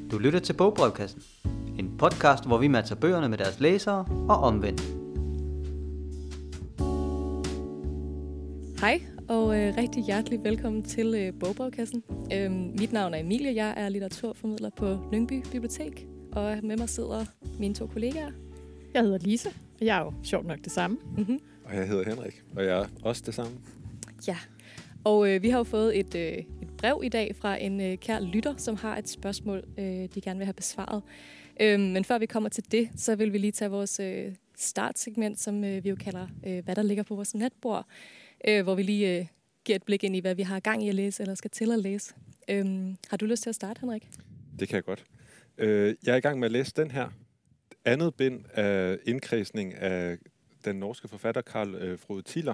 Du lytter til Bogbrevkassen, en podcast, hvor vi matcher bøgerne med deres læsere og omvendt. Hej og rigtig hjertelig velkommen til Bogbrevkassen. Mit navn er Emilie, jeg er litteraturformidler på Lyngby Bibliotek, og med mig sidder mine to kollegaer. Jeg hedder Lise, og jeg er jo sjovt nok det samme. Mm-hmm. Og jeg hedder Henrik, og jeg er også det samme. Ja, og vi har jo fået et brev i dag fra en kær lytter, som har et spørgsmål, de gerne vil have besvaret. Men før vi kommer til det, så vil vi lige tage vores startsegment, som vi jo kalder, hvad der ligger på vores natbord, hvor vi lige giver et blik ind i, hvad vi har gang i at læse, eller skal til at læse. Har du lyst til at starte, Henrik? Det kan jeg godt. Jeg er i gang med at læse den her. Andet bind af indkredsning af den norske forfatter Karl Frode Tiller.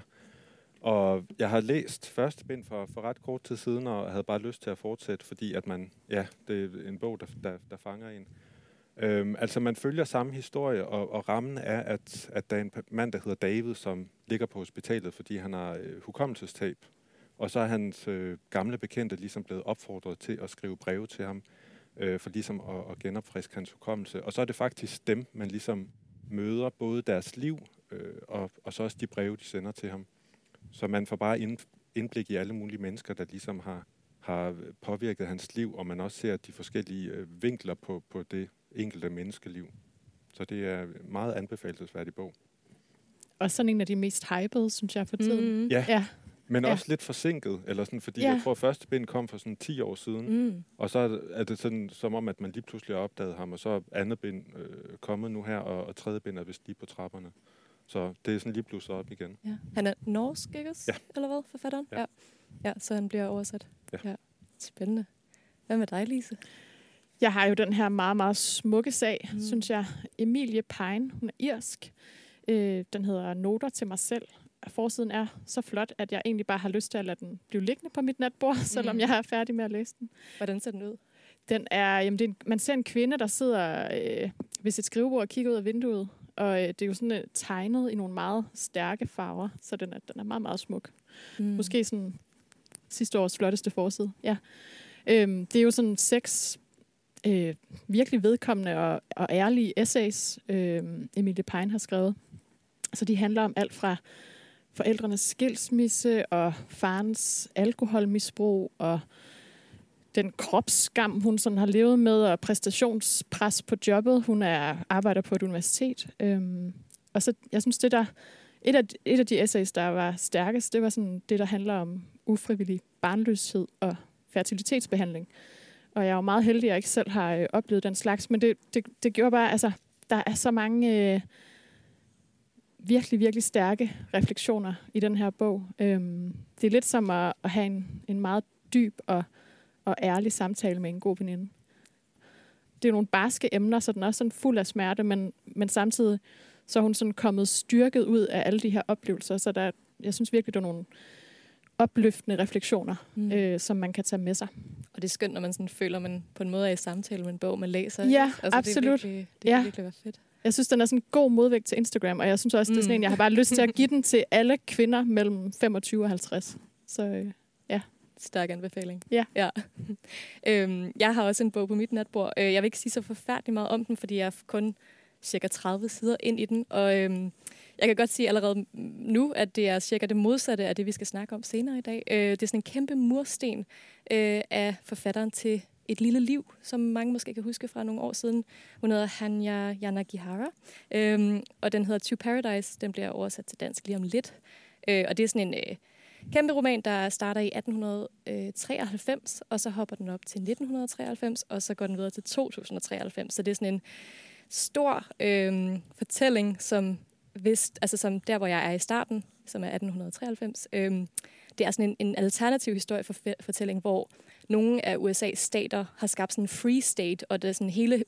Og jeg har læst første bind for ret kort tid siden, og havde bare lyst til at fortsætte, fordi at det er en bog, der fanger en. Altså man følger samme historie, og rammen er, at der er en mand, der hedder David, som ligger på hospitalet, fordi han har hukommelsestab. Og så er hans gamle bekendte ligesom blevet opfordret til at skrive breve til ham, for ligesom at genopfriske hans hukommelse. Og så er det faktisk dem, man ligesom møder, både deres liv, og så også de breve, de sender til ham. Så man får bare indblik i alle mulige mennesker, der ligesom har påvirket hans liv, og man også ser de forskellige vinkler på det enkelte menneskeliv. Så det er en meget anbefalelsesværdig bog. Og sådan en af de mest hypede, synes jeg, for tiden. Mm. Ja. Men også lidt forsinket, eller sådan, fordi jeg tror, første bind kom for sådan 10 år siden, og så er det sådan, som om, at man lige pludselig har opdaget ham, og så er andet bind kommet nu her, og tredje bind er vist lige på trapperne. Så det er sådan lige blusset op igen. Ja. Han er norsk, ikke? Ja. Eller hvad, forfatteren? Ja. Ja, så han bliver oversat. Ja. Spændende. Hvad med dig, Lise? Jeg har jo den her meget, meget smukke sag, synes jeg. Emilie Pine, hun er irsk. Den hedder Noter til mig selv. Forsiden er så flot, at jeg egentlig bare har lyst til at lade den blive liggende på mit natbord, selvom jeg er færdig med at læse den. Hvordan ser den ud? Den er, man ser en kvinde, der sidder ved sit skrivebord og kigger ud af vinduet. Og det er jo sådan tegnet i nogle meget stærke farver, så den er meget, meget smuk. Måske sådan sidste års flotteste forside. Ja. Det er jo sådan 6 virkelig vedkommende og ærlige essays, Emilie Pine har skrevet. Så de handler om alt fra forældrenes skilsmisse og farens alkoholmisbrug og den kropsskam, hun sådan har levet med, og præstationspres på jobbet. Hun arbejder på et universitet. Og så, jeg synes, et af de essays, der var stærkest, det var sådan det, der handler om ufrivillig barnløshed og fertilitetsbehandling. Og jeg er jo meget heldig, at jeg ikke selv har oplevet den slags, men det gjorde bare, altså, der er så mange virkelig, virkelig stærke refleksioner i den her bog. Det er lidt som at have en meget dyb og ærlig samtale med en god veninde. Det er nogle barske emner, så den er også sådan fuld af smerte, men samtidig så er hun sådan kommet styrket ud af alle de her oplevelser, så jeg synes virkelig, det er nogle opløftende refleksioner, som man kan tage med sig. Og det er skønt, når man sådan føler, man på en måde er i samtale med en bog, man læser. Ja, altså, absolut. Det kan virkelig være fedt. Jeg synes, den er sådan en god modvægt til Instagram, og jeg synes også, det er sådan en, jeg har bare lyst til at give den til alle kvinder mellem 25 og 50. Så ja. Stærk anbefaling. Ja. Jeg har også en bog på mit natbord. Jeg vil ikke sige så forfærdeligt meget om den, fordi jeg er kun cirka 30 sider ind i den. Og jeg kan godt sige allerede nu, at det er cirka det modsatte af det, vi skal snakke om senere i dag. Det er sådan en kæmpe mursten af forfatteren til Et lille liv, som mange måske kan huske fra nogle år siden. Hun hedder Hanya Yanagihara, og den hedder To Paradise. Den bliver oversat til dansk lige om lidt. Og det er sådan en kæmpe roman, der starter i 1893, og så hopper den op til 1993, og så går den videre til 2093. Så det er sådan en stor fortælling, som der, hvor jeg er i starten, som er 1893. Det er sådan en alternativ historiefortælling, hvor nogle af USA's stater har skabt sådan en free state, og det er sådan hele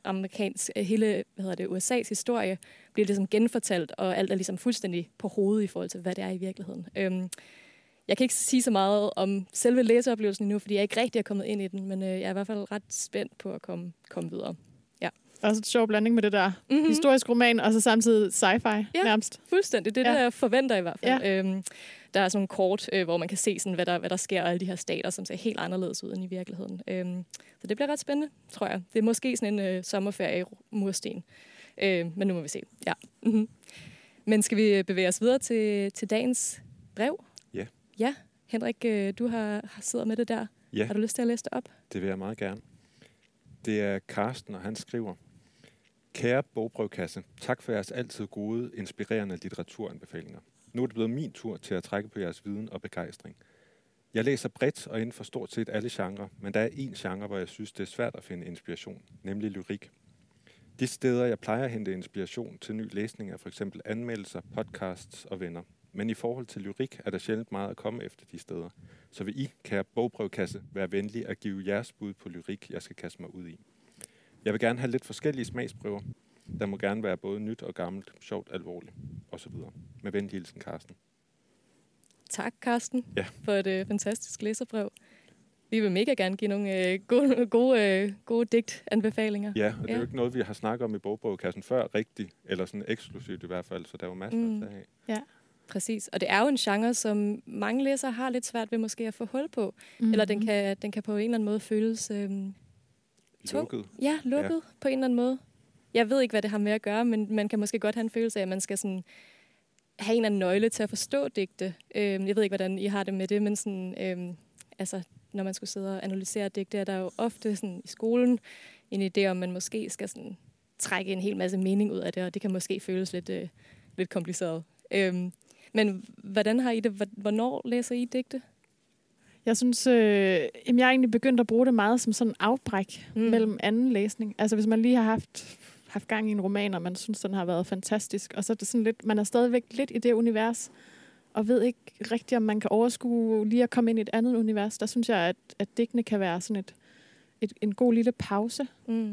USA's historie bliver ligesom genfortalt, og alt er ligesom fuldstændig på hovedet i forhold til, hvad det er i virkeligheden. Jeg kan ikke sige så meget om selve læseoplevelsen endnu, fordi jeg ikke rigtig er kommet ind i den, men jeg er i hvert fald ret spændt på at komme videre. Ja. Også et sjov blanding med det der historisk roman, og så samtidig sci-fi nærmest. Fuldstændig. Det er det, jeg forventer i hvert fald. Ja. Der er sådan nogle kort, hvor man kan se, sådan, hvad der sker, og alle de her stater, som ser helt anderledes ud end i virkeligheden. Så det bliver ret spændende, tror jeg. Det er måske sådan en sommerferie i mursten. Men nu må vi se. Ja. Mm-hmm. Men skal vi bevæge os videre til dagens brev? Ja. Ja. Henrik, du har siddet med det der. Ja. Har du lyst til at læse det op? Det vil jeg meget gerne. Det er Karsten, og han skriver: Kære bogbrevkasse, tak for jeres altid gode, inspirerende litteraturanbefalinger. Nu er det blevet min tur til at trække på jeres viden og begejstring. Jeg læser bredt og inden for stort set alle genrer, men der er én genre, hvor jeg synes, det er svært at finde inspiration, nemlig lyrik. De steder, jeg plejer at hente inspiration til ny læsning, er for eksempel anmeldelser, podcasts og venner. Men i forhold til lyrik er der sjældent meget at komme efter de steder. Så vil I, kære bogbrevkasse, være venlig at give jeres bud på lyrik, jeg skal kaste mig ud i. Jeg vil gerne have lidt forskellige smagsprøver. Der må gerne være både nyt og gammelt, sjovt, alvorligt osv. Med venlig hilsen, Karsten. Tak, Karsten, for et fantastisk læserbrev. Vi vil mega gerne give nogle gode digtanbefalinger. Ja, og det er jo ikke noget, vi har snakket om i bogbrevkassen før rigtigt, eller sådan eksklusivt i hvert fald, så der er jo masser af. Ja, præcis. Og det er jo en genre, som mange læsere har lidt svært ved måske at få hul på, eller den kan på en eller anden måde føles lukket. Ja, lukket på en eller anden måde. Jeg ved ikke, hvad det har med at gøre, men man kan måske godt have en følelse af, at man skal sådan have en eller anden nøgle til at forstå digte. Jeg ved ikke, hvordan I har det med det, men sådan, når man skulle sidde og analysere digte, er der jo ofte sådan, i skolen en idé om, man måske skal sådan, trække en hel masse mening ud af det, og det kan måske føles lidt kompliceret. Men hvordan har I det? Hvornår læser I digte? Jeg synes, jeg er egentlig begyndt at bruge det meget som sådan en afbræk mellem anden læsning. Altså hvis man lige har haft gang i en roman, og man synes, den har været fantastisk, og så er det sådan lidt, man er stadigvæk lidt i det univers, og ved ikke rigtigt, om man kan overskue lige at komme ind i et andet univers. Der synes jeg, at digtene kan være sådan en god lille pause.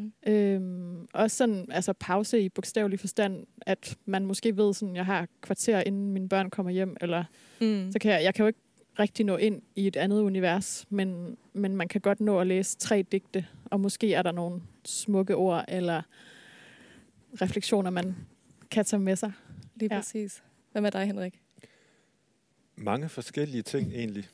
Også sådan, altså pause i bogstavelig forstand, at man måske ved, sådan, jeg har kvarter, inden mine børn kommer hjem, eller så kan jeg kan jo ikke rigtig nå ind i et andet univers, men man kan godt nå at læse 3 digte, og måske er der nogle smukke ord, eller refleksioner, man kan tage med sig. Lige præcis. Hvad med dig, Henrik? Mange forskellige ting egentlig.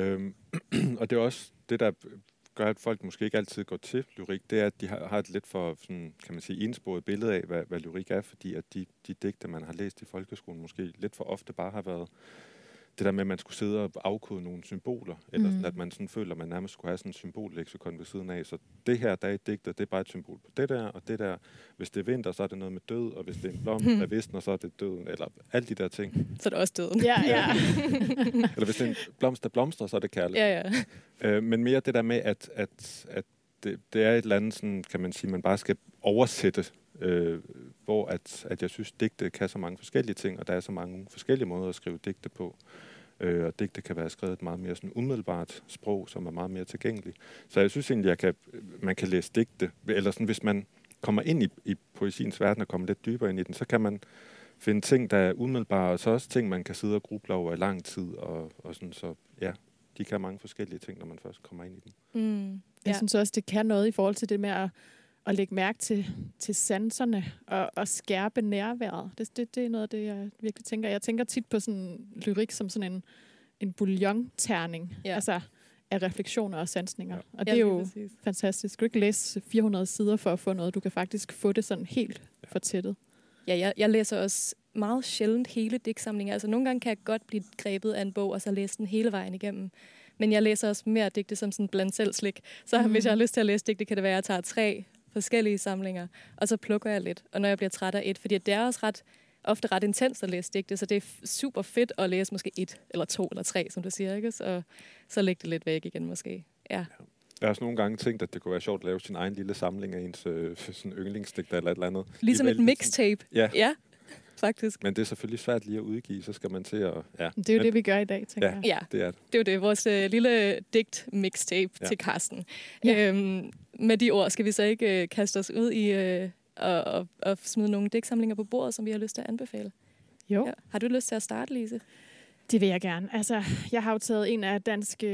Og det er også det, der gør, at folk måske ikke altid går til lyrik, det er, at de har et lidt for, sådan, kan man sige, ensporet billede af, hvad lyrik er, fordi at de digte, man har læst i folkeskolen, måske lidt for ofte bare har været det der med, at man skulle sidde og afkode nogle symboler, eller sådan, at man sådan føler, at man nærmest skulle have sådan en symbolleksikon ved siden af. Så det her, der er et digte, det er bare et symbol på det der, og det der. Hvis det er vinter, så er det noget med død, og hvis det er en blomst, der visner, så er det døden, eller alle de der ting. Så er det også døden. Ja. Eller hvis det er en blomst, der blomstrer, så er det kærlighed. Ja. Men mere det der med, at det er et eller andet, sådan, kan man sige, man bare skal oversætte, hvor at jeg synes, digte kan så mange forskellige ting, og der er så mange forskellige måder at skrive digte på. Og digte kan være skrevet et meget mere sådan umiddelbart sprog, som er meget mere tilgængeligt. Så jeg synes egentlig, man kan læse digte, eller sådan, hvis man kommer ind i poesiens verden og kommer lidt dybere ind i den, så kan man finde ting, der er umiddelbare, og så også ting, man kan sidde og gruble over i lang tid, og sådan, så ja, de kan mange forskellige ting, når man først kommer ind i dem. Jeg synes også, det kan noget i forhold til det med at lægge mærke til sanserne og skærpe nærværet. Det er noget af det, jeg virkelig tænker. Jeg tænker tit på sådan lyrik som sådan en bouillon-terning, altså af refleksioner og sansninger. Ja. Og det er jo fantastisk. Du kan ikke læse 400 sider for at få noget. Du kan faktisk få det sådan helt fortættet. Ja, jeg læser også meget sjældent hele digtsamlinger. Altså nogle gange kan jeg godt blive grebet af en bog, og så læse den hele vejen igennem. Men jeg læser også mere digte som sådan blandt selv slik. Så hvis jeg har lyst til at læse digte, kan det være, at jeg tager 3 forskellige samlinger, og så plukker jeg lidt. Og når jeg bliver træt af et, fordi det er også ofte ret intens at læse digte, så det er super fedt at læse måske 1 eller 2 eller 3, som du siger, ikke? Så læg det lidt væk igen måske. Ja. Jeg har også nogle gange tænkt, at det kunne være sjovt at lave sin egen lille samling af ens sådan yndlingsdigter eller et eller andet. Ligesom et mixtape. Ja. Faktisk. Men det er selvfølgelig svært lige at udgive, så skal man til at... Ja. Det er jo det, vi gør i dag, tænker jeg. Ja, det er det. Det er jo det, vores lille digt-mixtape til Karsten. Ja. Med de ord skal vi så ikke kaste os ud i og smide nogle digtsamlinger på bordet, som vi har lyst til at anbefale. Jo. Ja. Har du lyst til at starte, Lise? Det vil jeg gerne. Altså, jeg har jo taget en af dansk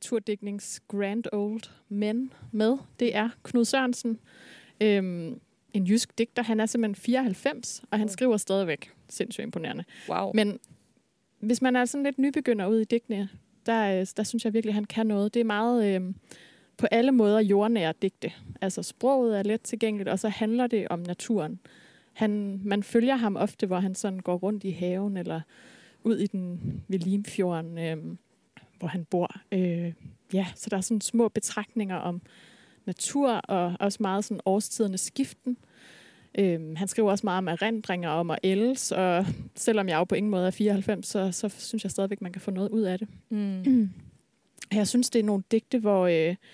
naturdigtnings grand old men med. Det er Knud Sørensen. en jysk digter. Han er simpelthen 94, og han skriver stadigvæk. Sindssygt imponerende. Wow. Men hvis man er sådan lidt nybegynder ud i digtene, der synes jeg virkelig, at han kan noget. Det er meget på alle måder jordnære digte. Altså sproget er let tilgængeligt, og så handler det om naturen. Man følger ham ofte, hvor han sådan går rundt i haven, eller ud i den ved Limfjorden, hvor han bor. Så der er sådan små betragtninger om natur, og også meget sådan årstidernes skiften. Han skriver også meget om erindringer om at ældes, og selvom jeg jo på ingen måde er 94, så synes jeg stadigvæk, man kan få noget ud af det. Jeg synes, det er nogle digte, hvor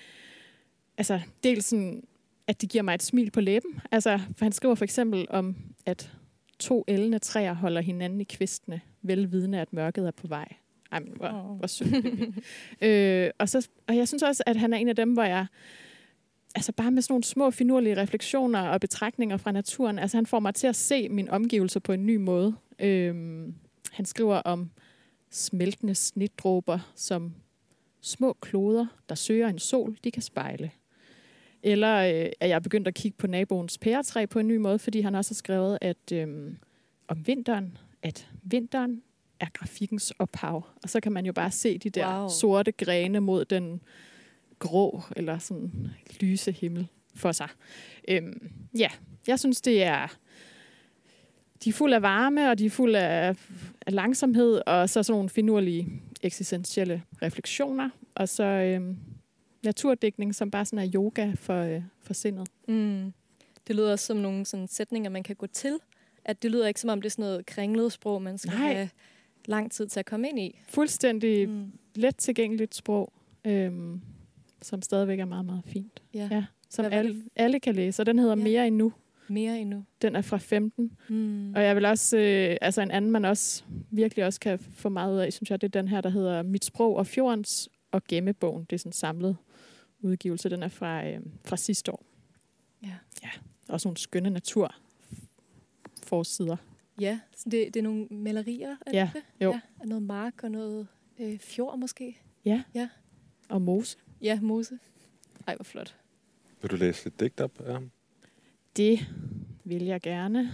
dels sådan, at de giver mig et smil på læben. Altså, for han skriver for eksempel om, at 2 ældende træer holder hinanden i kvistene, velvidende, at mørket er på vej. Ej, men hvor synd. Og jeg synes også, at han er en af dem, hvor jeg bare med sådan nogle små, finurlige refleksioner og betragtninger fra naturen, altså han får mig til at se mine omgivelser på en ny måde. Han skriver om smeltende snedråber som små kloder, der søger en sol, de kan spejle. Eller at jeg er begyndt at kigge på naboens pæretræ på en ny måde, fordi han også har skrevet om vinteren, at vinteren er grafikkens ophav. Og så kan man jo bare se de der sorte grene mod den grå eller sådan lyse himmel for sig. Jeg synes, de er fuld af varme, og de er fuld af langsomhed, og så sådan nogle finurlige eksistentielle refleksioner, og så naturdækning, som bare sådan er yoga for sindet. Det lyder også som nogle sådan sætninger, man kan gå til. At det lyder ikke som om det er sådan noget kringlet sprog, man skal have lang tid til at komme ind i. Fuldstændig let tilgængeligt sprog, som stadigvæk er meget, meget fint. Ja, som alle kan læse, og den hedder Mere endnu. Mere endnu. Den er fra 15. Og jeg vil også, en anden, man også virkelig også kan få meget ud af, synes jeg, det er den her, der hedder Mit sprog og fjordens og gemmebogen. Det er sådan en samlet udgivelse. Den er fra sidste år. Ja. Også nogle skønne naturforsider. Ja, så det er nogle malerier, er det? Jo. Ja, noget mark og noget fjord måske. Ja. Og mose. Ja, mose. Ej, hvor flot. Vil du læse et digt op af ham? Det vil jeg gerne.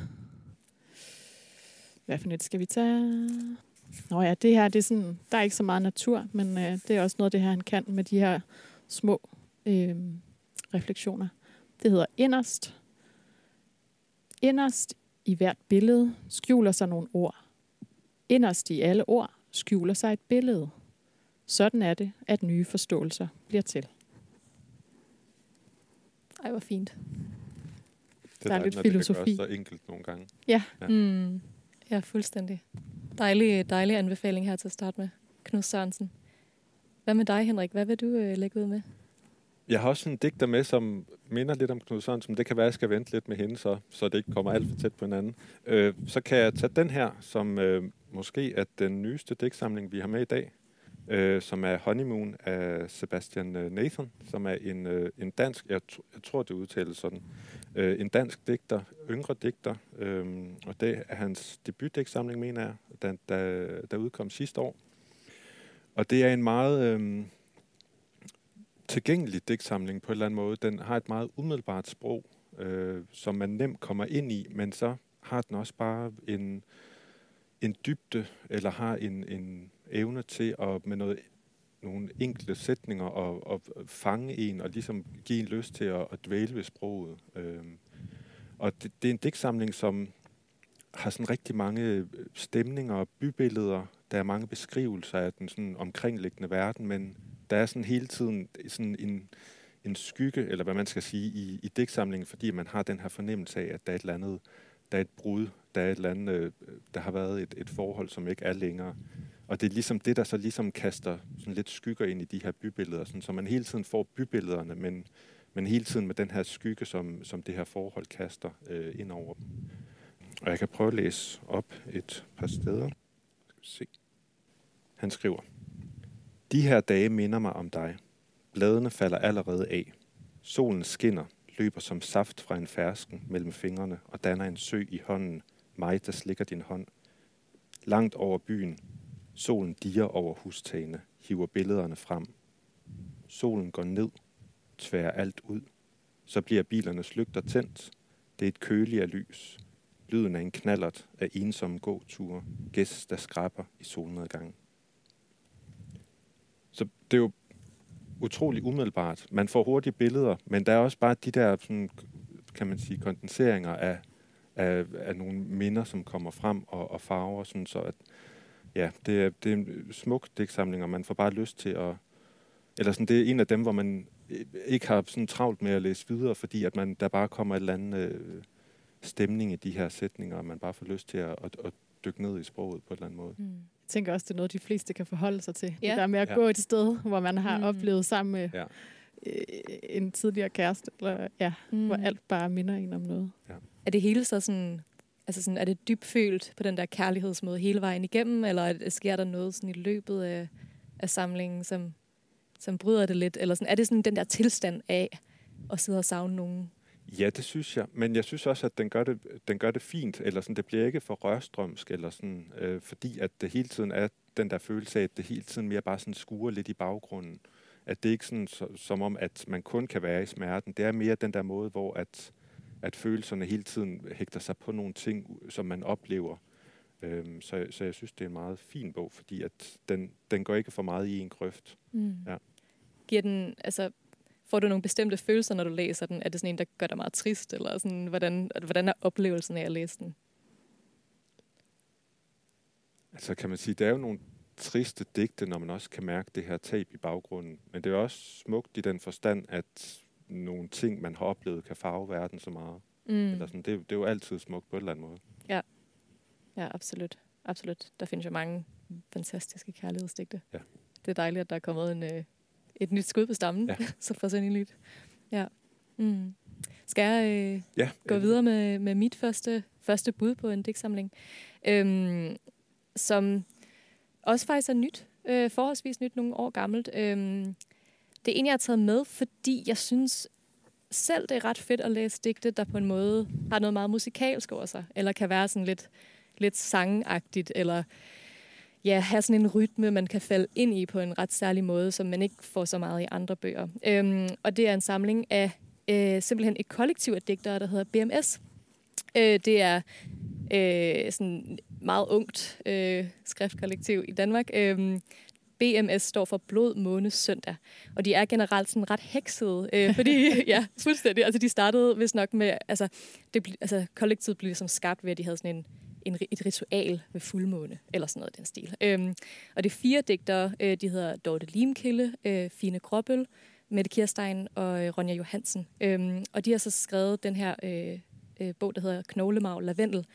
Hvad for et skal vi tage? Nå ja, det her, det er sådan, der er ikke så meget natur, men det er også noget, det her, han kan med de her små refleksioner. Det hedder Inderst. Inderst i hvert billede skjuler sig nogle ord. Inderst i alle ord skjuler sig et billede. Sådan er det, at nye forståelser bliver til. Ej, hvor fint. Det er lidt filosofi. Det kan gøres så enkelt nogle gange. Ja. Ja, fuldstændig. Dejlig anbefaling her til at starte med. Knud Sørensen. Hvad med dig, Henrik? Hvad vil du lægge ud med? Jeg har også en digter med, som minder lidt om Knud Sørensen. Det kan være, at jeg skal vente lidt med hende, så det ikke kommer alt for tæt på hinanden. Så kan jeg tage den her, som måske er den nyeste digtsamling, vi har med i dag, som er Honeymoon af Sebastian Nathan, som er en dansk, jeg tror det udtales sådan, en dansk digter, yngre digter, og det er hans debutdigtsamling, mener jeg, der udkom sidste år. Og det er en meget tilgængelig digtsamling på en eller anden måde. Den har et meget umiddelbart sprog, som man nemt kommer ind i, men så har den også bare en dybde, eller har en evne til at med nogle enkelte sætninger og fange en, og ligesom give en lyst til at dvæle ved sproget. Og det er en digtsamling, som har sådan rigtig mange stemninger og bybilleder. Der er mange beskrivelser af den sådan omkringliggende verden, men der er sådan hele tiden sådan en skygge, eller hvad man skal sige, i digtsamlingen, fordi man har den her fornemmelse af, at der er et eller andet, der er et brud, der er et eller andet, der har været et forhold, som ikke er længere. Og det er ligesom det, der så ligesom kaster sådan lidt skygger ind i de her bybilleder, sådan, så man hele tiden får bybillederne, men hele tiden med den her skygge, som det her forhold kaster ind over dem. Og jeg kan prøve at læse op et par steder. Skal vi se. Han skriver: De her dage minder mig om dig. Bladene falder allerede af. Solen skinner, løber som saft fra en fersken mellem fingrene og danner en sø i hånden. Mig, der slikker din hånd. Langt over byen. Solen dirrer over hustagene, hiver billederne frem. Solen går ned, tværer alt ud. Så bliver bilernes lygter tændt. Det er et køligere lys. Lyden af en knallert af ensomme gåture. Gæs, der skraber i solnedgangen. Så det er jo utrolig umiddelbart. Man får hurtige billeder, men der er også bare de der, sådan, kan man sige, kondenseringer af nogle minder, som kommer frem og farver, sådan så at ja, det er en smuk digtsamling, og man får bare lyst til at... Eller sådan, det er en af dem, hvor man ikke har sådan travlt med at læse videre, fordi at der bare kommer et eller andet stemning i de her sætninger, og man bare får lyst til at dykke ned i sproget på en eller anden måde. Jeg tænker også, det er noget, de fleste kan forholde sig til. Ja. Det der med at gå et sted, hvor man har oplevet sammen med en tidligere kæreste, eller hvor alt bare minder en om noget. Ja. Er det hele så sådan... Altså sådan, er det dybfølt på den der kærlighedsmåde hele vejen igennem, eller sker der noget sådan i løbet af samlingen, som bryder det lidt? Eller sådan, er det sådan den der tilstand af at sidde og savne nogen? Ja, det synes jeg. Men jeg synes også, at den gør det fint. Eller sådan, det bliver ikke for rørstrømsk, eller sådan, fordi at det hele tiden er den der følelse af, at det hele tiden mere bare sådan skuer lidt i baggrunden. At det ikke sådan, som om, at man kun kan være i smerten. Det er mere den der måde, hvor at følelserne hele tiden hægter sig på nogle ting, som man oplever. Så jeg synes, det er en meget fin bog, fordi at den går ikke for meget i en grøft. Ja. Giver den, altså, får du nogle bestemte følelser, når du læser den? Er det sådan en, der gør dig meget trist? Eller sådan, hvordan er oplevelsen af at læse den? Altså kan man sige, det er jo nogle triste digte, når man også kan mærke det her tab i baggrunden. Men det er også smukt i den forstand, at nogle ting, man har oplevet, kan farve verden så meget. Eller sådan, det er jo altid smukt på en eller anden måde. Ja, absolut. Absolut. Der findes jo mange fantastiske kærlighedsdigte. Ja. Det er dejligt, at der er kommet et nyt skud på stammen, så for sådan en nyt. Ja. Skal jeg gå videre med mit første bud på en digtsamling, som også faktisk er nyt, forholdsvis nyt, nogle år gammelt. Det er en, jeg har taget med, fordi jeg synes selv, det er ret fedt at læse digte, der på en måde har noget meget musikalsk over sig, eller kan være sådan lidt sangagtigt, eller have sådan en rytme, man kan falde ind i på en ret særlig måde, som man ikke får så meget i andre bøger. Og det er en samling af simpelthen et kollektiv af digtere, der hedder BMS. Det er sådan meget ungt skriftkollektiv i Danmark. BMS står for Blod, Måne, Søndag. Og de er generelt sådan ret heksede, fordi, fuldstændig. Altså, de startede vist nok med, kollektivet blev ligesom skabt ved, at de havde sådan et ritual ved fuldmåne, eller sådan noget i den stil. Og det er 4 digtere, de hedder Dorte Limkilde, Fine Gråbøl, Mette Kirstein og Ronja Johansen. Og de har så skrevet den her bog, der hedder Knoglemarv Lavendel.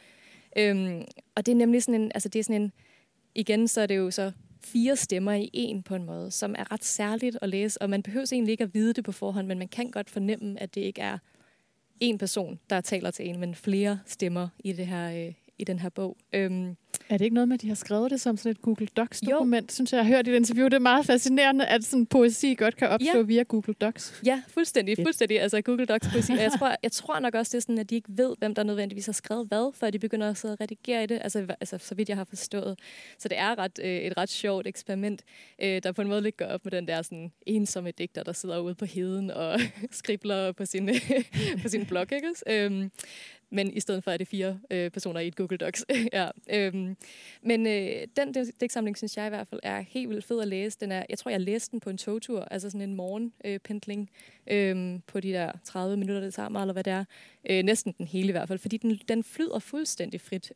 Og det er nemlig sådan en, igen så er det jo så 4 stemmer i en på en måde, som er ret særligt at læse, og man behøver egentlig ikke at vide det på forhånd, men man kan godt fornemme, at det ikke er én person, der taler til en, men flere stemmer i det her i den her bog. Er det ikke noget med, at de har skrevet det som sådan et Google Docs-dokument? Synes jeg har hørt i et interview. Det er meget fascinerende, at sådan poesi godt kan opstå via Google Docs. Ja, fuldstændig. Altså Google Docs-poesi. Jeg tror nok også, det er sådan, at de ikke ved, hvem der nødvendigvis har skrevet hvad, før de begynder at sidde og redigere i det. Altså så vidt jeg har forstået. Så det er et ret sjovt eksperiment, der på en måde lidt går op med den der sådan ensomme digter, der sidder ude på heden og skribler på sin blog, ikke? Men i stedet for er det 4 personer i et Google Docs. Men den digtsamling, synes jeg i hvert fald, er helt vildt fed at læse. Jeg tror, jeg læste den på en togtur, altså sådan en morgenpendling på de der 30 minutter, det tager mig, eller hvad det er. Næsten den hele i hvert fald, fordi den flyder fuldstændig frit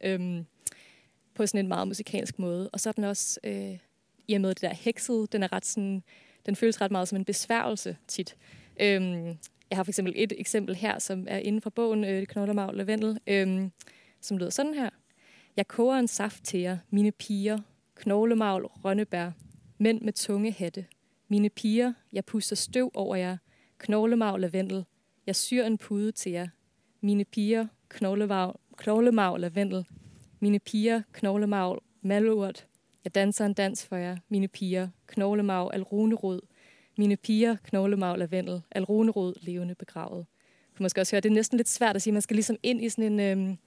på sådan en meget musikalsk måde. Og så er den også, i og med det der heksede, den føles ret meget som en besværgelse tit. Jeg har for eksempel et eksempel her, som er inden for bogen, Knoglemarv Lavendel, som lyder sådan her. Jeg koger en saft til jer, mine piger, knoglemarv, rønnebær, mænd med tunge hatte. Mine piger, jeg puster støv over jer, knoglemarv, lavendel. Jeg syr en pude til jer. Mine piger, knoglemarv, lavendel. Mine piger, knoglemarv, malurt. Jeg danser en dans for jer, mine piger, knoglemarv, alrunerod. Mine piger, knoglemarv, lavendel, alrunerod, levende begravet. Du kan måske også høre, det er næsten lidt svært at sige. Man skal ligesom ind i sådan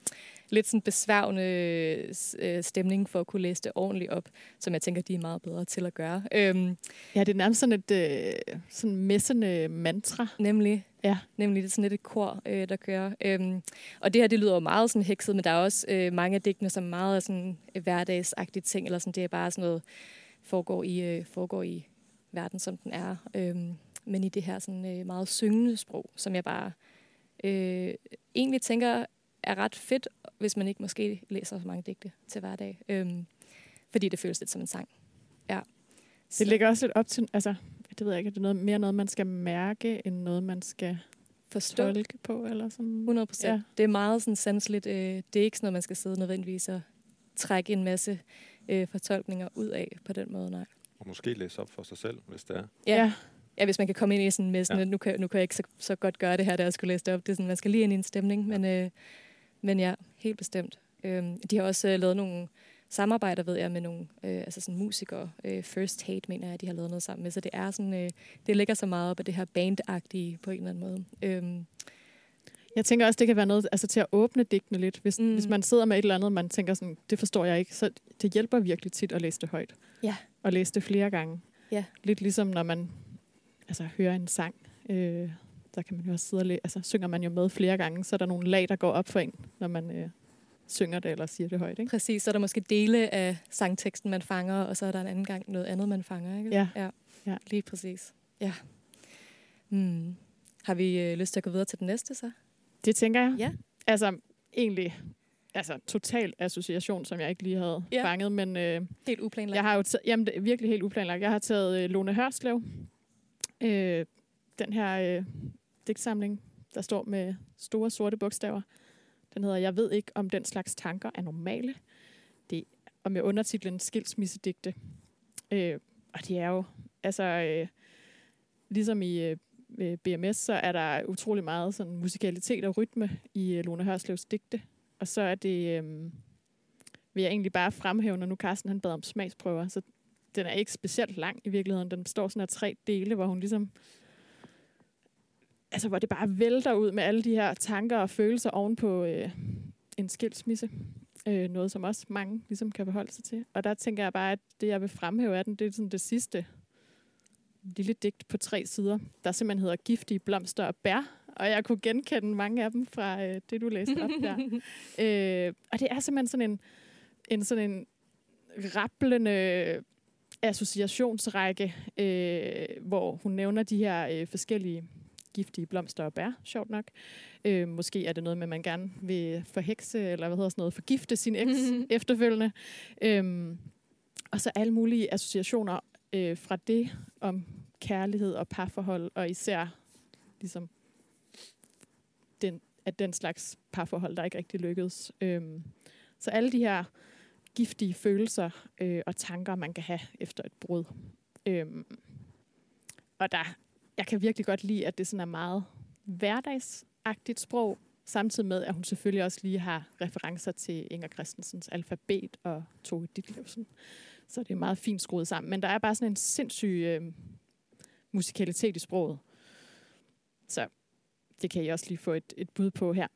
lidt sådan besværgende stemning for at kunne læse det ordentligt op, som jeg tænker, de er meget bedre til at gøre. Ja, det er nærmest sådan et sådan messende mantra. Nemlig. Ja. Nemlig, det er sådan lidt et kor, der kører. Og det her, det lyder jo meget sådan hekset, men der er også mange af digtene, som meget er sådan hverdagsagtige ting, eller sådan, det er bare sådan noget, foregår i verden, som den er. Men i det her sådan meget syngende sprog, som jeg bare egentlig tænker er ret fedt, hvis man ikke måske læser så mange digte til hverdag. Fordi det føles lidt som en sang. Ja. Det ligger også lidt op til, altså, det ved jeg ikke, det er noget, man skal mærke, end noget, man skal tolke på, eller sådan. 100%. Ja. Det er meget sådan sanseligt. Det er ikke sådan noget, man skal sidde nødvendigvis og trække en masse fortolkninger ud af på den måde, nej. Og måske læse op for sig selv, hvis det er. Ja, hvis man kan komme ind i sådan med sådan, nu kan jeg ikke så godt gøre det her, da jeg skulle læse det op. Det er sådan, man skal lige ind i en stemning, men ja, helt bestemt. De har også lavet nogle samarbejder, ved jeg, med nogle altså sådan musikere. First Hate, mener jeg, de har lavet noget sammen med. Så det er sådan, det ligger så meget op af det her bandagtige på en eller anden måde. Jeg tænker også, det kan være noget altså, til at åbne digtene lidt. Hvis man sidder med et eller andet, man tænker sådan, det forstår jeg ikke, så det hjælper virkelig tit at læse det højt. Ja. Og læse det flere gange. Ja. Lidt ligesom når man hører en sang. Der kan man jo også sidde og synger man jo med flere gange, så er der nogle lag, der går op for en, når man synger det eller siger det højt. Ikke? Præcis, så er der måske dele af sangteksten, man fanger, og så er der en anden gang noget andet, man fanger. Ikke? Ja. Lige præcis. Ja. Har vi lyst til at gå videre til den næste så? Det tænker jeg. Ja. Altså, egentlig total association, som jeg ikke lige havde fanget, men helt uplanlagt. Jeg har jo det er virkelig helt uplanlagt. Jeg har taget Lone Hørslev. Den her digtsamling, der står med store sorte bogstaver. Den hedder Jeg ved ikke, om den slags tanker er normale. Det og med undertitlen Skilsmissedigte. Og det er jo, ligesom i BMS, så er der utrolig meget sådan musikalitet og rytme i Lone Hørslevs digte. Og så er det, vil jeg egentlig bare fremhæve, når nu Carsten han bad om smagsprøver, så den er ikke specielt lang i virkeligheden. Den består sådan af 3 dele, hvor hun ligesom, hvor det bare vælter ud med alle de her tanker og følelser ovenpå en skilsmisse. Noget, som også mange ligesom kan forholde sig til. Og der tænker jeg bare, at det, jeg vil fremhæve af den, det er sådan det sidste lille digt på 3 sider, der simpelthen hedder Giftige blomster og bær. Og jeg kunne genkende mange af dem fra det, du læste op der. Og det er simpelthen sådan en rablende associationsrække, hvor hun nævner de her forskellige giftige blomster og bær, sjovt nok. Måske er det noget med, at man gerne vil forhekse, eller forgifte sin eks efterfølgende. Og så alle mulige associationer fra det om kærlighed og parforhold, og især ligesom den slags parforhold, der ikke rigtig lykkedes. Så alle de her giftige følelser og tanker, man kan have efter et brud. Og jeg kan virkelig godt lide, at det sådan er meget hverdagsagtigt sprog, samtidig med, at hun selvfølgelig også lige har referencer til Inger Christensens alfabet og Tove Ditlevsen. Så det er meget fint skruet sammen. Men der er bare sådan en sindssyg musikalitet i sproget. Så det kan I også lige få et bud på her.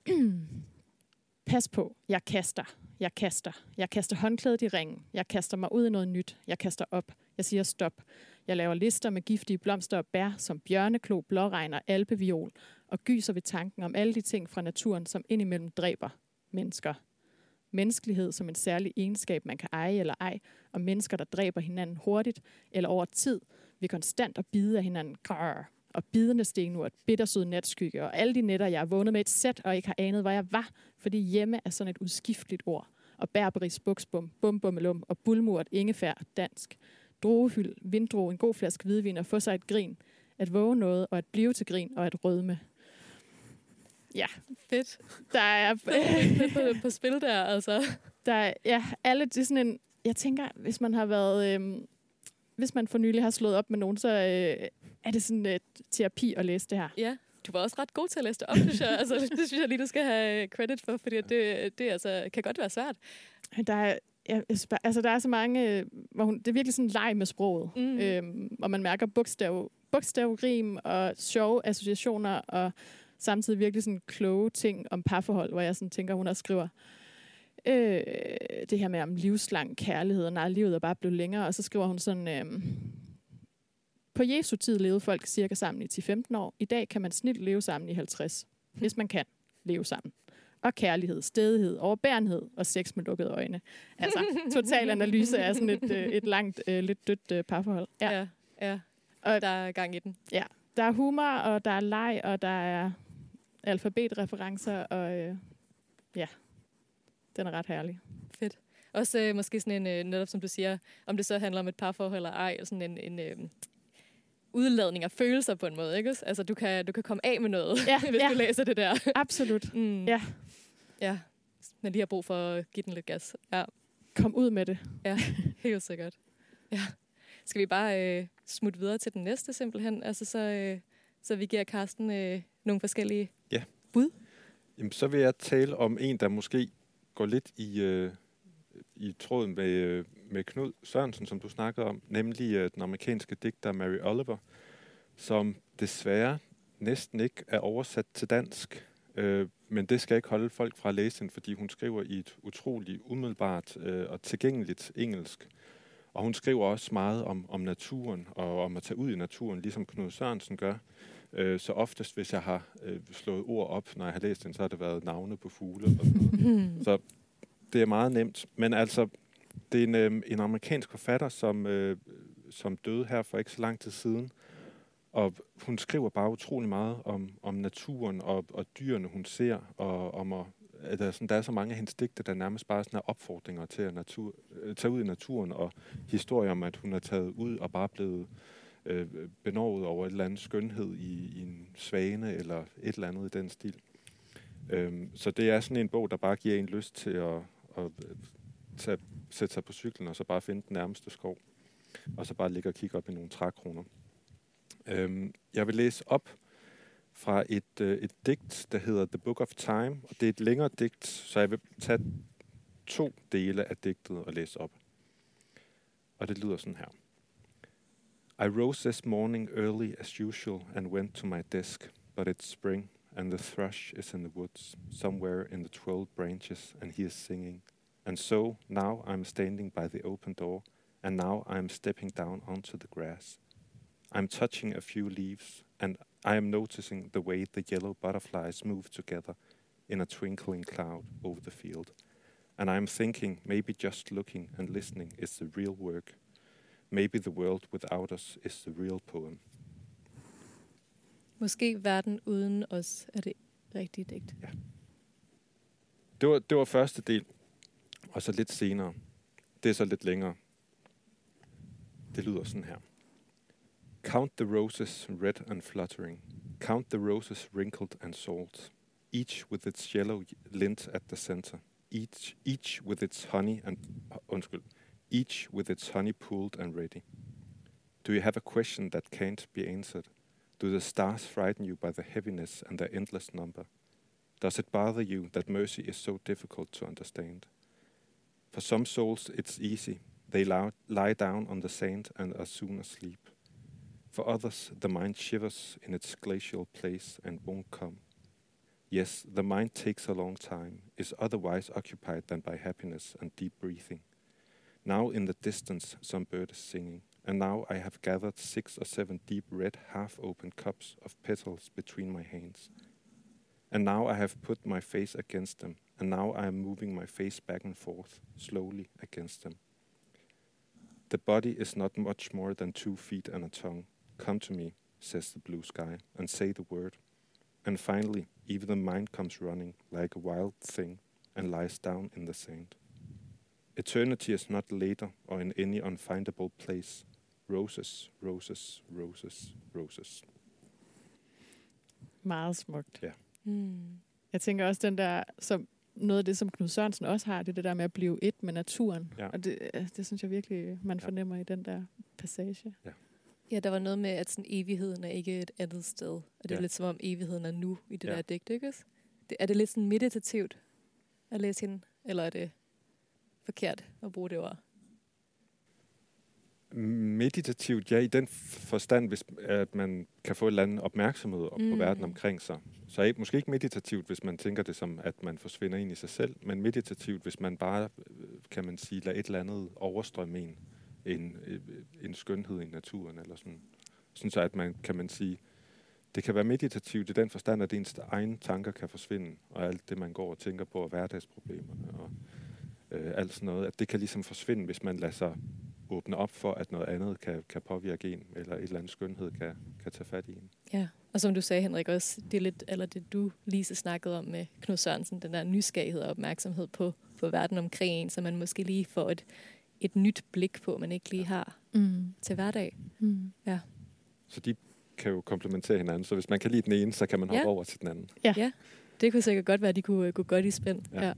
Pas på, jeg kaster håndklædet i ringen. Jeg kaster mig ud i noget nyt. Jeg kaster op. Jeg siger stop. Jeg laver lister med giftige blomster og bær, som bjørneklo, blåregn og alpeviol, og gyser ved tanken om alle de ting fra naturen, som indimellem dræber mennesker. Menneskelighed som en særlig egenskab, man kan eje eller ej, og mennesker, der dræber hinanden hurtigt eller over tid, ved konstant at bide af hinanden. Grrr. Og bidende stenur, et bittersød natskygge, og alle de nætter, jeg er vågnet med et sæt, og ikke har anet, hvor jeg var, fordi hjemme er sådan et udskifteligt ord. Og bærberis, buksbum, bumbummelum, og bulmurt, ingefær, dansk. Druehyld, vinddrue, en god flaske hvidvin, og få sig et grin. At våge noget, og at blive til grin, og at rødme. Ja. Fedt. Der er på spil der, altså. Alle, det er sådan en, jeg tænker, hvis man har været, hvis man for nylig har slået op med nogen, så er det sådan et terapi at læse det her. Ja, du var også ret god til at læse det op, synes jeg. Altså, det synes jeg lige, du skal have credit for, fordi det altså, kan godt være svært. Der er så mange, hvor det er virkelig sådan en leg med sproget. Og man mærker bogstavrim og sjove associationer, og samtidig virkelig sådan kloge ting om parforhold, hvor jeg sådan tænker, hun også skriver, det her med om livslang kærlighed, og nej, livet er bare blevet længere, og så skriver hun sådan, på Jesu tid levede folk cirka sammen i 10-15 år. I dag kan man snilt leve sammen i 50, hvis man kan leve sammen. Og kærlighed, stædighed, overbærenhed og sex med lukkede øjne. Altså, total analyse af sådan et langt, lidt dødt parforhold. Ja. Og der er gang i den. Ja, der er humor, og der er leg, og der er alfabetreferencer, og den er ret herlig. Fedt. Også måske sådan en, netop som du siger, om det så handler om et parforhold eller ej, sådan en udladning af følelser på en måde, ikke? Altså, du kan komme af med noget, hvis du læser det der. Absolut. Ja, men lige har brug for at give den lidt gas. Ja. Kom ud med det. Ja, helt sikkert. Ja. Skal vi bare smutte videre til den næste simpelthen? Altså, så vi giver Karsten nogle forskellige bud? Jamen, så vil jeg tale om en, der måske går lidt i tråden med Knud Sørensen, som du snakkede om, nemlig den amerikanske digter Mary Oliver, som desværre næsten ikke er oversat til dansk. Men det skal ikke holde folk fra at læse den, fordi hun skriver i et utroligt umiddelbart og tilgængeligt engelsk. Og hun skriver også meget om naturen og om at tage ud i naturen, ligesom Knud Sørensen gør. Så oftest, hvis jeg har slået ord op, når jeg har læst den, så har det været navne på fugle. Og så det er meget nemt. Men altså, det er en amerikansk forfatter, som døde her for ikke så lang tid siden. Og hun skriver bare utrolig meget om naturen og dyrene, hun ser, og om at der er så mange af hendes digte, der nærmest bare sådan er opfordringer til at tage ud i naturen, og historier om, at hun er taget ud og bare blevet benovet over et eller andet skønhed i en svane, eller et eller andet i den stil. Så det er sådan en bog, der bare giver en lyst til at sætte sig på cyklen, og så bare finde den nærmeste skov, og så bare ligge og kigge op i nogle trækroner. Jeg vil læse op fra et digt, der hedder The Book of Time, og det er et længere digt, så jeg vil tage 2 dele af digtet og læse op. Og det lyder sådan her. I rose this morning early as usual and went to my desk, but it's spring, and the thrush is in the woods, somewhere in the 12 branches, and he is singing. And so, now I'm standing by the open door, and now I'm stepping down onto the grass. I'm touching a few leaves, and I am noticing the way the yellow butterflies move together in a twinkling cloud over the field. And I'm thinking maybe just looking and listening is the real work. Maybe the world without us is the real poem. Måske verden uden os er det rigtige digt. Ja. Det var første del, og så lidt senere. Det er så lidt længere. Det lyder sådan her. Count the roses red and fluttering. Count the roses wrinkled and salt. Each with its yellow lint at the center. Each with its honey pooled and ready. Do you have a question that can't be answered? Do the stars frighten you by the heaviness and their endless number? Does it bother you that mercy is so difficult to understand? For some souls it's easy. They lie down on the sand and are soon asleep. For others, the mind shivers in its glacial place and won't come. Yes, the mind takes a long time, is otherwise occupied than by happiness and deep breathing. Now in the distance some bird is singing, and now I have gathered 6 or 7 deep red half-open cups of petals between my hands. And now I have put my face against them, and now I am moving my face back and forth, slowly against them. The body is not much more than 2 feet and a tongue. Come to me, says the blue sky, and say the word. And finally, even the mind comes running like a wild thing and lies down in the sand. Eternity is not later or in any unfindable place. Roses, roses, roses, roses. Meget smukt. Ja. Jeg tænker også den der, som noget af det, som Knud Sørensen også har, det der med at blive et med naturen. Ja. Og det synes jeg virkelig, man fornemmer i den der passage. Ja. Ja, der var noget med, at sådan, evigheden er ikke et andet sted. Og det er lidt som om, evigheden er nu i det der digt, ikke? Er det lidt sådan meditativt at læse hende? Eller er det forkert at bruge det ord? Meditativt, ja, i den forstand, hvis at man kan få et eller andet opmærksomhed på verden omkring sig. Så måske ikke meditativt, hvis man tænker det som, at man forsvinder ind i sig selv, men meditativt, hvis man bare, kan man sige, lader et eller andet overstrømme en skønhed i naturen, eller sådan. Sådan så, at man, kan man sige, det kan være meditativt i den forstand, at ens egne tanker kan forsvinde, og alt det, man går og tænker på, og hverdagsproblemerne, og alt sådan noget, at det kan ligesom forsvinde, hvis man lader sig åbne op for, at noget andet kan påvirke en, eller et eller andet skønhed kan tage fat i en. Ja, og som du sagde, Henrik, også det er lidt, eller det du lige så snakkede om med Knud Sørensen, den der nysgerrighed og opmærksomhed på verden omkring en, så man måske lige får et nyt blik på, man ikke lige har til hverdag. Ja. Så de kan jo komplementere hinanden, så hvis man kan lide den ene, så kan man hoppe over til den anden. Ja, det kunne sikkert godt være, at de kunne gå godt i spænd. Ja.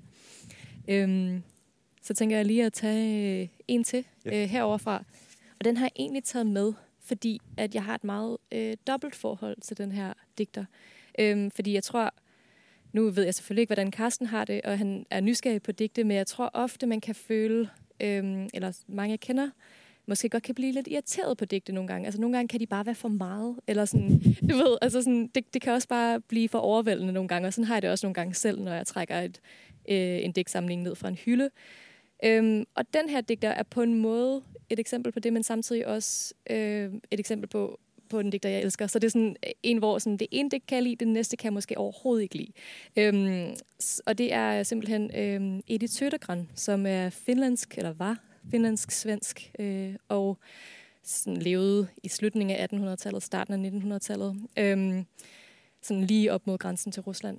Så tænker jeg lige at tage en til heroverfra. Og den har jeg egentlig taget med, fordi at jeg har et meget dobbelt forhold til den her digter. Fordi jeg tror, nu ved jeg selvfølgelig ikke, hvordan Carsten har det, og han er nysgerrig på digte, men jeg tror ofte, man kan føle, eller mange jeg kender, måske godt kan blive lidt irriteret på digte nogle gange. Altså nogle gange kan de bare være for meget, eller sådan, du ved, altså sådan, det kan også bare blive for overvældende nogle gange, og sådan har jeg det også nogle gange selv, når jeg trækker en digtsamling ned fra en hylde. Og den her digter er på en måde et eksempel på det, men samtidig også et eksempel på en digter, jeg elsker. Så det er sådan en, hvor sådan, det ene digt kan jeg lide, det næste kan jeg måske overhovedet ikke lide. Og det er simpelthen Edith Södergran, som er finlandsk, eller var finlandsk-svensk, og sådan levede i slutningen af 1800-tallet, starten af 1900-tallet. Sådan lige op mod grænsen til Rusland.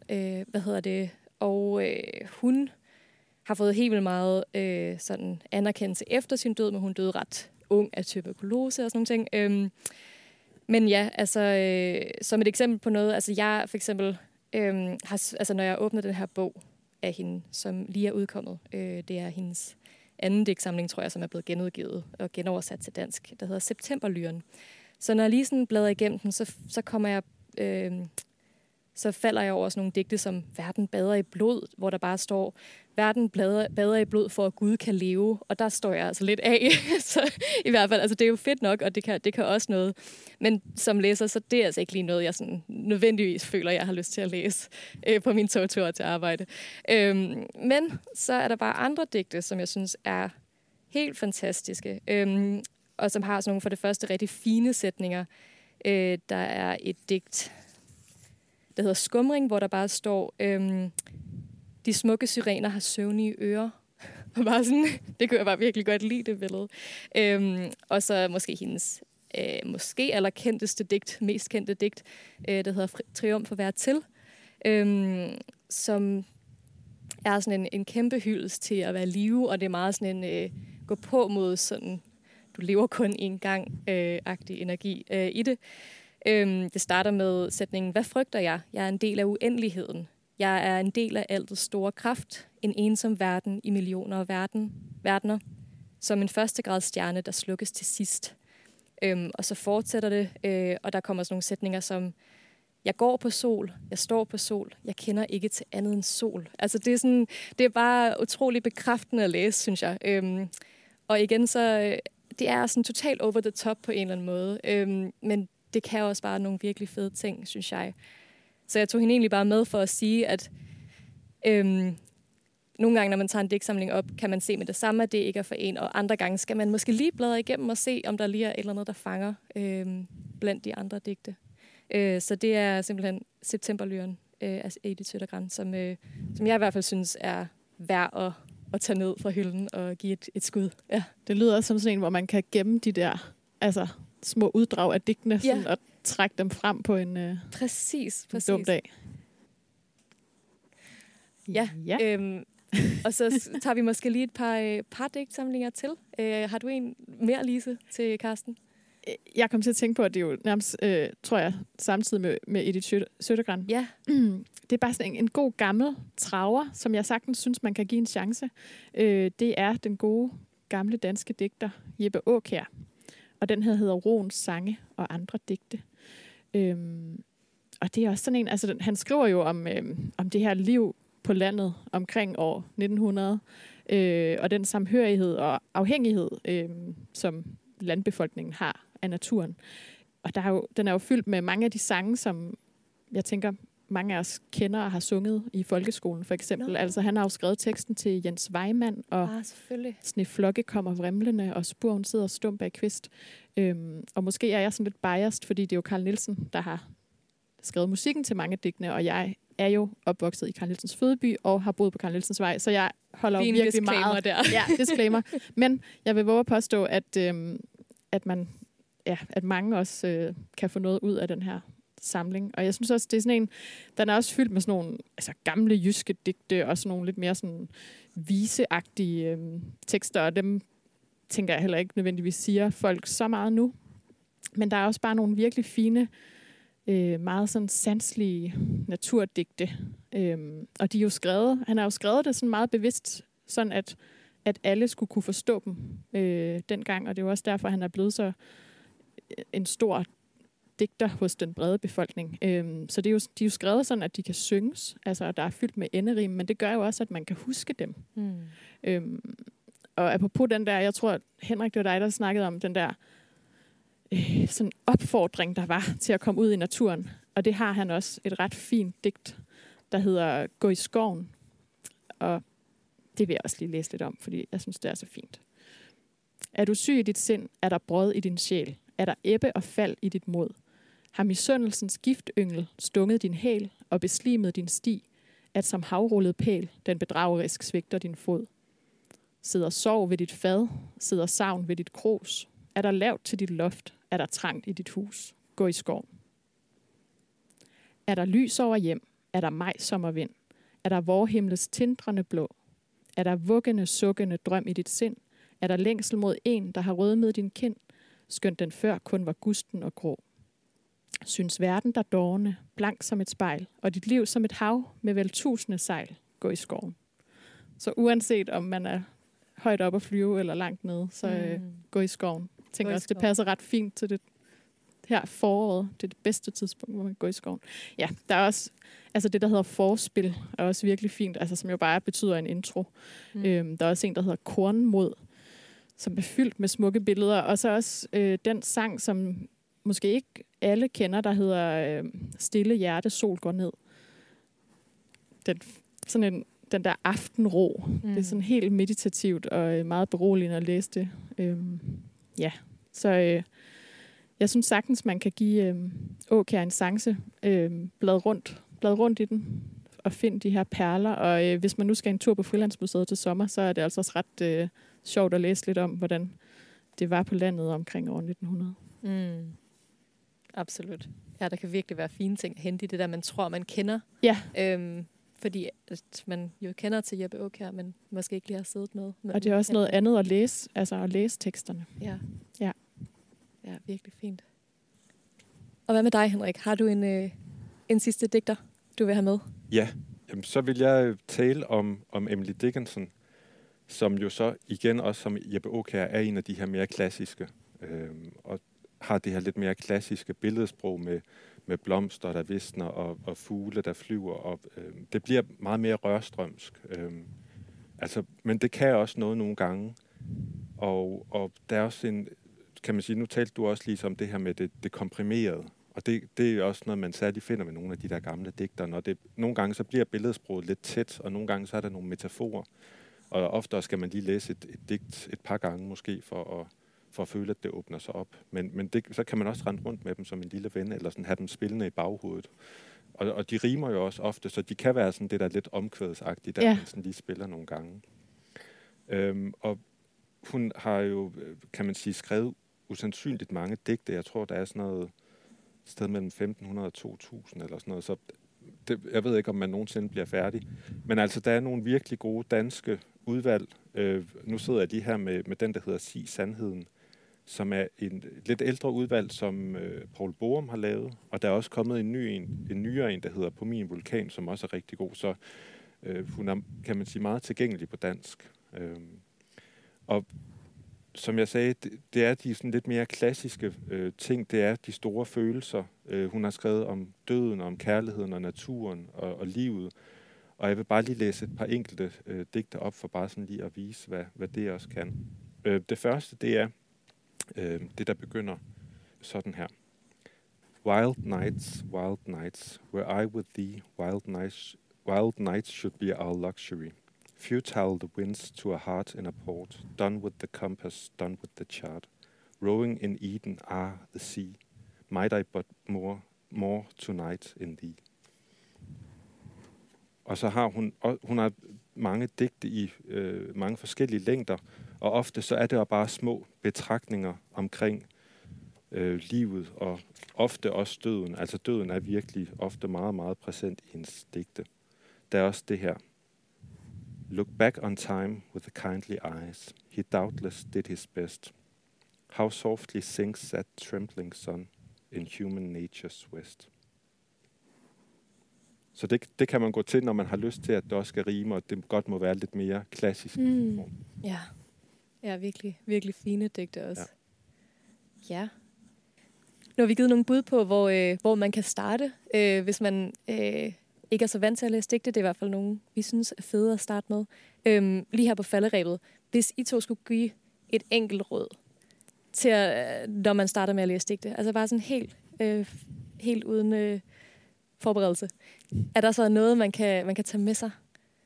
Og hun har fået helt vildt meget sådan anerkendelse efter sin død, men hun døde ret ung af tuberkulose og sådan nogle ting. Men ja, altså som et eksempel på noget, altså jeg for eksempel, når jeg åbner den her bog af hende, som lige er udkommet, det er hendes anden digtsamling, tror jeg, som er blevet genudgivet og genoversat til dansk, der hedder Septemberlyren. Så når jeg lige sådan bladrer igennem den, så kommer jeg... så falder jeg over sådan nogle digte som Verden bader i blod, hvor der bare står, verden bader i blod for, at Gud kan leve. Og der står jeg altså lidt af. Så i hvert fald, altså det er jo fedt nok, og det kan også noget. Men som læser, så det er altså ikke lige noget, jeg sådan nødvendigvis føler, jeg har lyst til at læse på min togtur til arbejde. Men så er der bare andre digte, som jeg synes er helt fantastiske. Og som har sådan nogle for det første rigtig fine sætninger. Der er et digt, der hedder Skumring, hvor der bare står, de smukke syrener har søvnige ører. Og bare sådan, det kunne jeg bare virkelig godt lide, det billede. Og så måske hendes måske allerkendteste digt, mest kendte digt, der hedder Triumf at være til, som er sådan en kæmpe hyldest til at være live, og det er meget sådan en gå på mod sådan, du lever kun en gang-agtig energi i det. Det starter med sætningen, hvad frygter jeg? Jeg er en del af uendeligheden. Jeg er en del af altets store kraft. En ensom verden i millioner af verdener. Som en førstegrads stjerne, der slukkes til sidst. Og så fortsætter det, og der kommer sådan nogle sætninger som, jeg går på sol, jeg står på sol, jeg kender ikke til andet end sol. Altså det er bare utrolig bekræftende at læse, synes jeg. Og igen så, det er sådan totalt over the top på en eller anden måde. Men det kan også bare nogle virkelig fede ting, synes jeg. Så jeg tog hende egentlig bare med for at sige, at nogle gange, når man tager en digtsamling op, kan man se med det samme, at det ikke er for en, og andre gange skal man måske lige bladre igennem og se, om der lige er et eller andet, der fanger blandt de andre digte. Så det er simpelthen Septemberlyren af Edith Södergran, som jeg i hvert fald synes er værd at tage ned fra hylden og give et skud. Ja. Det lyder som sådan en, hvor man kan gemme de der små uddrag af digtene, sådan, og trække dem frem på en præcis. dum dag. Ja. Og så tager vi måske lige et par digtsamlinger til. Har du en mere, Lise, til Carsten? Jeg kom til at tænke på, at det er jo nærmest, tror jeg, samtidig med Edith Södergran. Ja. Det er bare sådan en god gammel traver, som jeg sagtens synes, man kan give en chance. Det er den gode, gamle danske digter Jeppe Aakjær. Og den her hedder Roens sange og andre digte. Og det er også sådan en, altså han skriver jo om det her liv på landet omkring år 1900, og den samhørighed og afhængighed, som landbefolkningen har af naturen. Og den er jo fyldt med mange af de sange, som jeg tænker, mange af os kender og har sunget i folkeskolen, for eksempel. Nå. Altså, han har jo skrevet teksten til Jens Weimann, og selvfølgelig. Sneflokke kommer vrimlende, og Spurven sidder stum bag kvist. Og måske er jeg sådan lidt biased, fordi det er jo Carl Nielsen, der har skrevet musikken til mange digtene, og jeg er jo opvokset i Carl Nielsens fødeby, og har boet på Carl Nielsens vej, så jeg holder jo virkelig meget... Der. Ja, disclaimer. Men jeg vil våge at påstå, at mange også kan få noget ud af den her samling. Og jeg synes også, det er sådan en, den er også fyldt med sådan nogle gamle jyske digte, og sådan nogle lidt mere sådan viseagtige tekster, og dem tænker jeg heller ikke nødvendigvis siger folk så meget nu. Men der er også bare nogle virkelig fine, meget sådan sanselige naturdigte. Og de er jo skrevet, han har jo skrevet det sådan meget bevidst, sådan at alle skulle kunne forstå dem dengang, og det er jo også derfor, han er blevet så en stor digter hos den brede befolkning. Så de er jo skrevet sådan, at de kan synges, altså der er fyldt med enderim, men det gør jo også, at man kan huske dem. Og apropos den der, jeg tror, Henrik, det var dig, der snakkede om den der sådan opfordring, der var til at komme ud i naturen. Og det har han også et ret fint digt, der hedder Gå i skoven. Og det vil jeg også lige læse lidt om, fordi jeg synes, det er så fint. Er du syg i dit sind, er der brød i din sjæl, er der ebbe og fald i dit mod. Har misundelsens giftyngel stunget din hæl og beslimet din sti, at som havrullet pæl, den bedragerisk svigter din fod. Sidder sorg ved dit fad, sidder savn ved dit kros. Er der lavt til dit loft, er der trangt i dit hus. Gå i skoven. Er der lys over hjem, er der maj sommervind, er der vorhimles tindrende blå. Er der vuggende, sukkende drøm i dit sind, er der længsel mod en, der har rødmet din kind, skønt den før kun var gusten og grå. Synes verden der dårne, blank som et spejl, og dit liv som et hav med vel tusinde sejl, gå i skoven. Så uanset om man er højt op at flyve eller langt nede, så gå i skoven. Jeg tænker også, det passer ret fint til det her foråret. Det er det bedste tidspunkt, hvor man kan gå i skoven. Ja, der er også altså det, der hedder forspil, er også virkelig fint, altså som jo bare betyder en intro. Der er også en, der hedder Kornmod, som er fyldt med smukke billeder. Og så også den sang, som måske ikke alle kender, der hedder Stille hjerte, sol går ned. Den der aftenro. Det er sådan helt meditativt og meget beroligende at læse det. Så jeg synes sagtens, man kan give Aakjær en chance. Blad rundt i den og find de her perler. Og hvis man nu skal en tur på Frilandsmuseet til sommer, så er det altså også ret sjovt at læse lidt om, hvordan det var på landet omkring år 1900. Absolut. Ja, der kan virkelig være fine ting at hente i det der, man tror, man kender. Ja. Fordi at man jo kender til Jeppe Aakjær, men måske ikke lige har siddet med. Og det er også noget andet at læse, altså at læse teksterne. Ja, virkelig fint. Og hvad med dig, Henrik? Har du en sidste digter, du vil have med? Ja, jamen, så vil jeg tale om Emily Dickinson, som jo så igen også som Jeppe Aakjær er en af de her mere klassiske, og har det her lidt mere klassiske billedsprog med blomster, der visner, og fugle, der flyver. Og, det bliver meget mere rørstrømsk. Men det kan også noget nogle gange. Og der er også en, kan man sige, nu talte du også lige om det her med det komprimerede. Og det er også noget, man særligt finder med nogle af de der gamle digter. Nogle gange så bliver billedsproget lidt tæt, og nogle gange så er der nogle metaforer. Og ofte skal man lige læse et digt et par gange måske, for at føle, at det åbner sig op. Men så kan man også rende rundt med dem som en lille ven, eller sådan have dem spillende i baghovedet. Og de rimer jo også ofte, så de kan være sådan det der lidt omkvædsagtigt, der man sådan lige spiller nogle gange. Og hun har jo, kan man sige, skrevet usandsynligt mange digte. Jeg tror, der er sådan noget sted mellem 1500 og 2000 eller sådan noget, så jeg ved ikke, om man nogensinde bliver færdig. Men altså, der er nogle virkelig gode danske udvalg. Nu sidder jeg lige her med den, der hedder Sig Sandheden, som er en lidt ældre udvalg, som Poul Borum har lavet. Og der er også kommet en nyere en, der hedder På min vulkan, som også er rigtig god. Så hun er, kan man sige, meget tilgængelig på dansk. Og som jeg sagde, det er de sådan lidt mere klassiske ting. Det er de store følelser. Hun har skrevet om døden, om kærligheden og naturen og livet. Og jeg vil bare lige læse et par enkelte digter op for bare sådan lige at vise, hvad det også kan. Det første, det er Det, der begynder sådan her. Wild nights, were I with thee, wild nights should be our luxury. Futile the winds to a heart in a port, done with the compass, done with the chart. Rowing in Eden, the sea. Might I but more tonight in thee. Og så har hun har mange digte i mange forskellige længder, og ofte så er det jo bare små betragtninger omkring livet, og ofte også døden. Altså døden er virkelig ofte meget, meget præsent i hendes digte. Der er også det her. Look back on time with the kindly eyes. He doubtless did his best. How softly sinks that trembling sun in human nature's west. Så det kan man gå til, når man har lyst til, at det også skal rime, og det godt må være lidt mere klassisk. Ja, virkelig, virkelig fine digte også. Ja. Nu har vi givet nogle bud på, hvor man kan starte, hvis man ikke er så vant til at læse digte. Det er i hvert fald nogle, vi synes er fede at starte med. Lige her på falderebet. Hvis I to skulle give et enkelt råd til, når man starter med at læse digte, altså bare sådan helt uden forberedelse. Er der så noget, man kan tage med sig?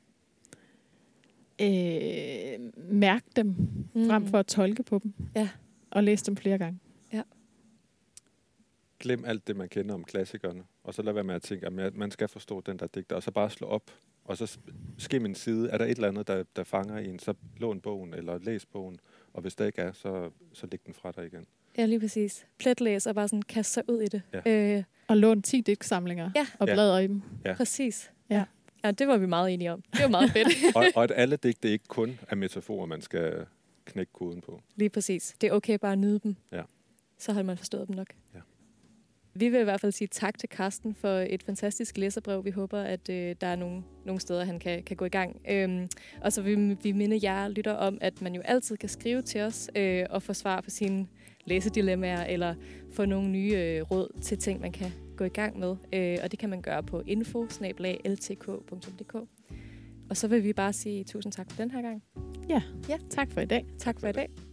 Mærk dem, frem for at tolke på dem. Ja. Og læse dem flere gange. Ja. Glem alt det, man kender om klassikerne, og så lad være med at tænke, at man skal forstå den der digter, og så bare slå op, og så skim en side. Er der et eller andet, der fanger en, så lån bogen, eller læs bogen, og hvis der ikke er, så læg den fra dig igen. Ja, lige præcis. Pletlæs og bare sådan kaste sig ud i det. Ja. Og lån 10 digtsamlinger og bladre i dem. Ja. Præcis. Ja. Ja, det var vi meget enige om. Det var meget fedt. og at alle digte ikke kun er metaforer, man skal knække koden på. Lige præcis. Det er okay bare at nyde dem. Ja. Så har man forstået dem nok. Ja. Vi vil i hvert fald sige tak til Carsten for et fantastisk læserbrev. Vi håber, at der er nogle steder, han kan gå i gang. Og så vil vi minde jer lytter om, at man jo altid kan skrive til os og få svar på sine læsedilemmaer, eller få nogle nye råd til ting, man kan gå i gang med. Og det kan man gøre på info@ltk.dk. Og så vil vi bare sige tusind tak for den her gang. Ja. Tak for i dag. Tak for i dag.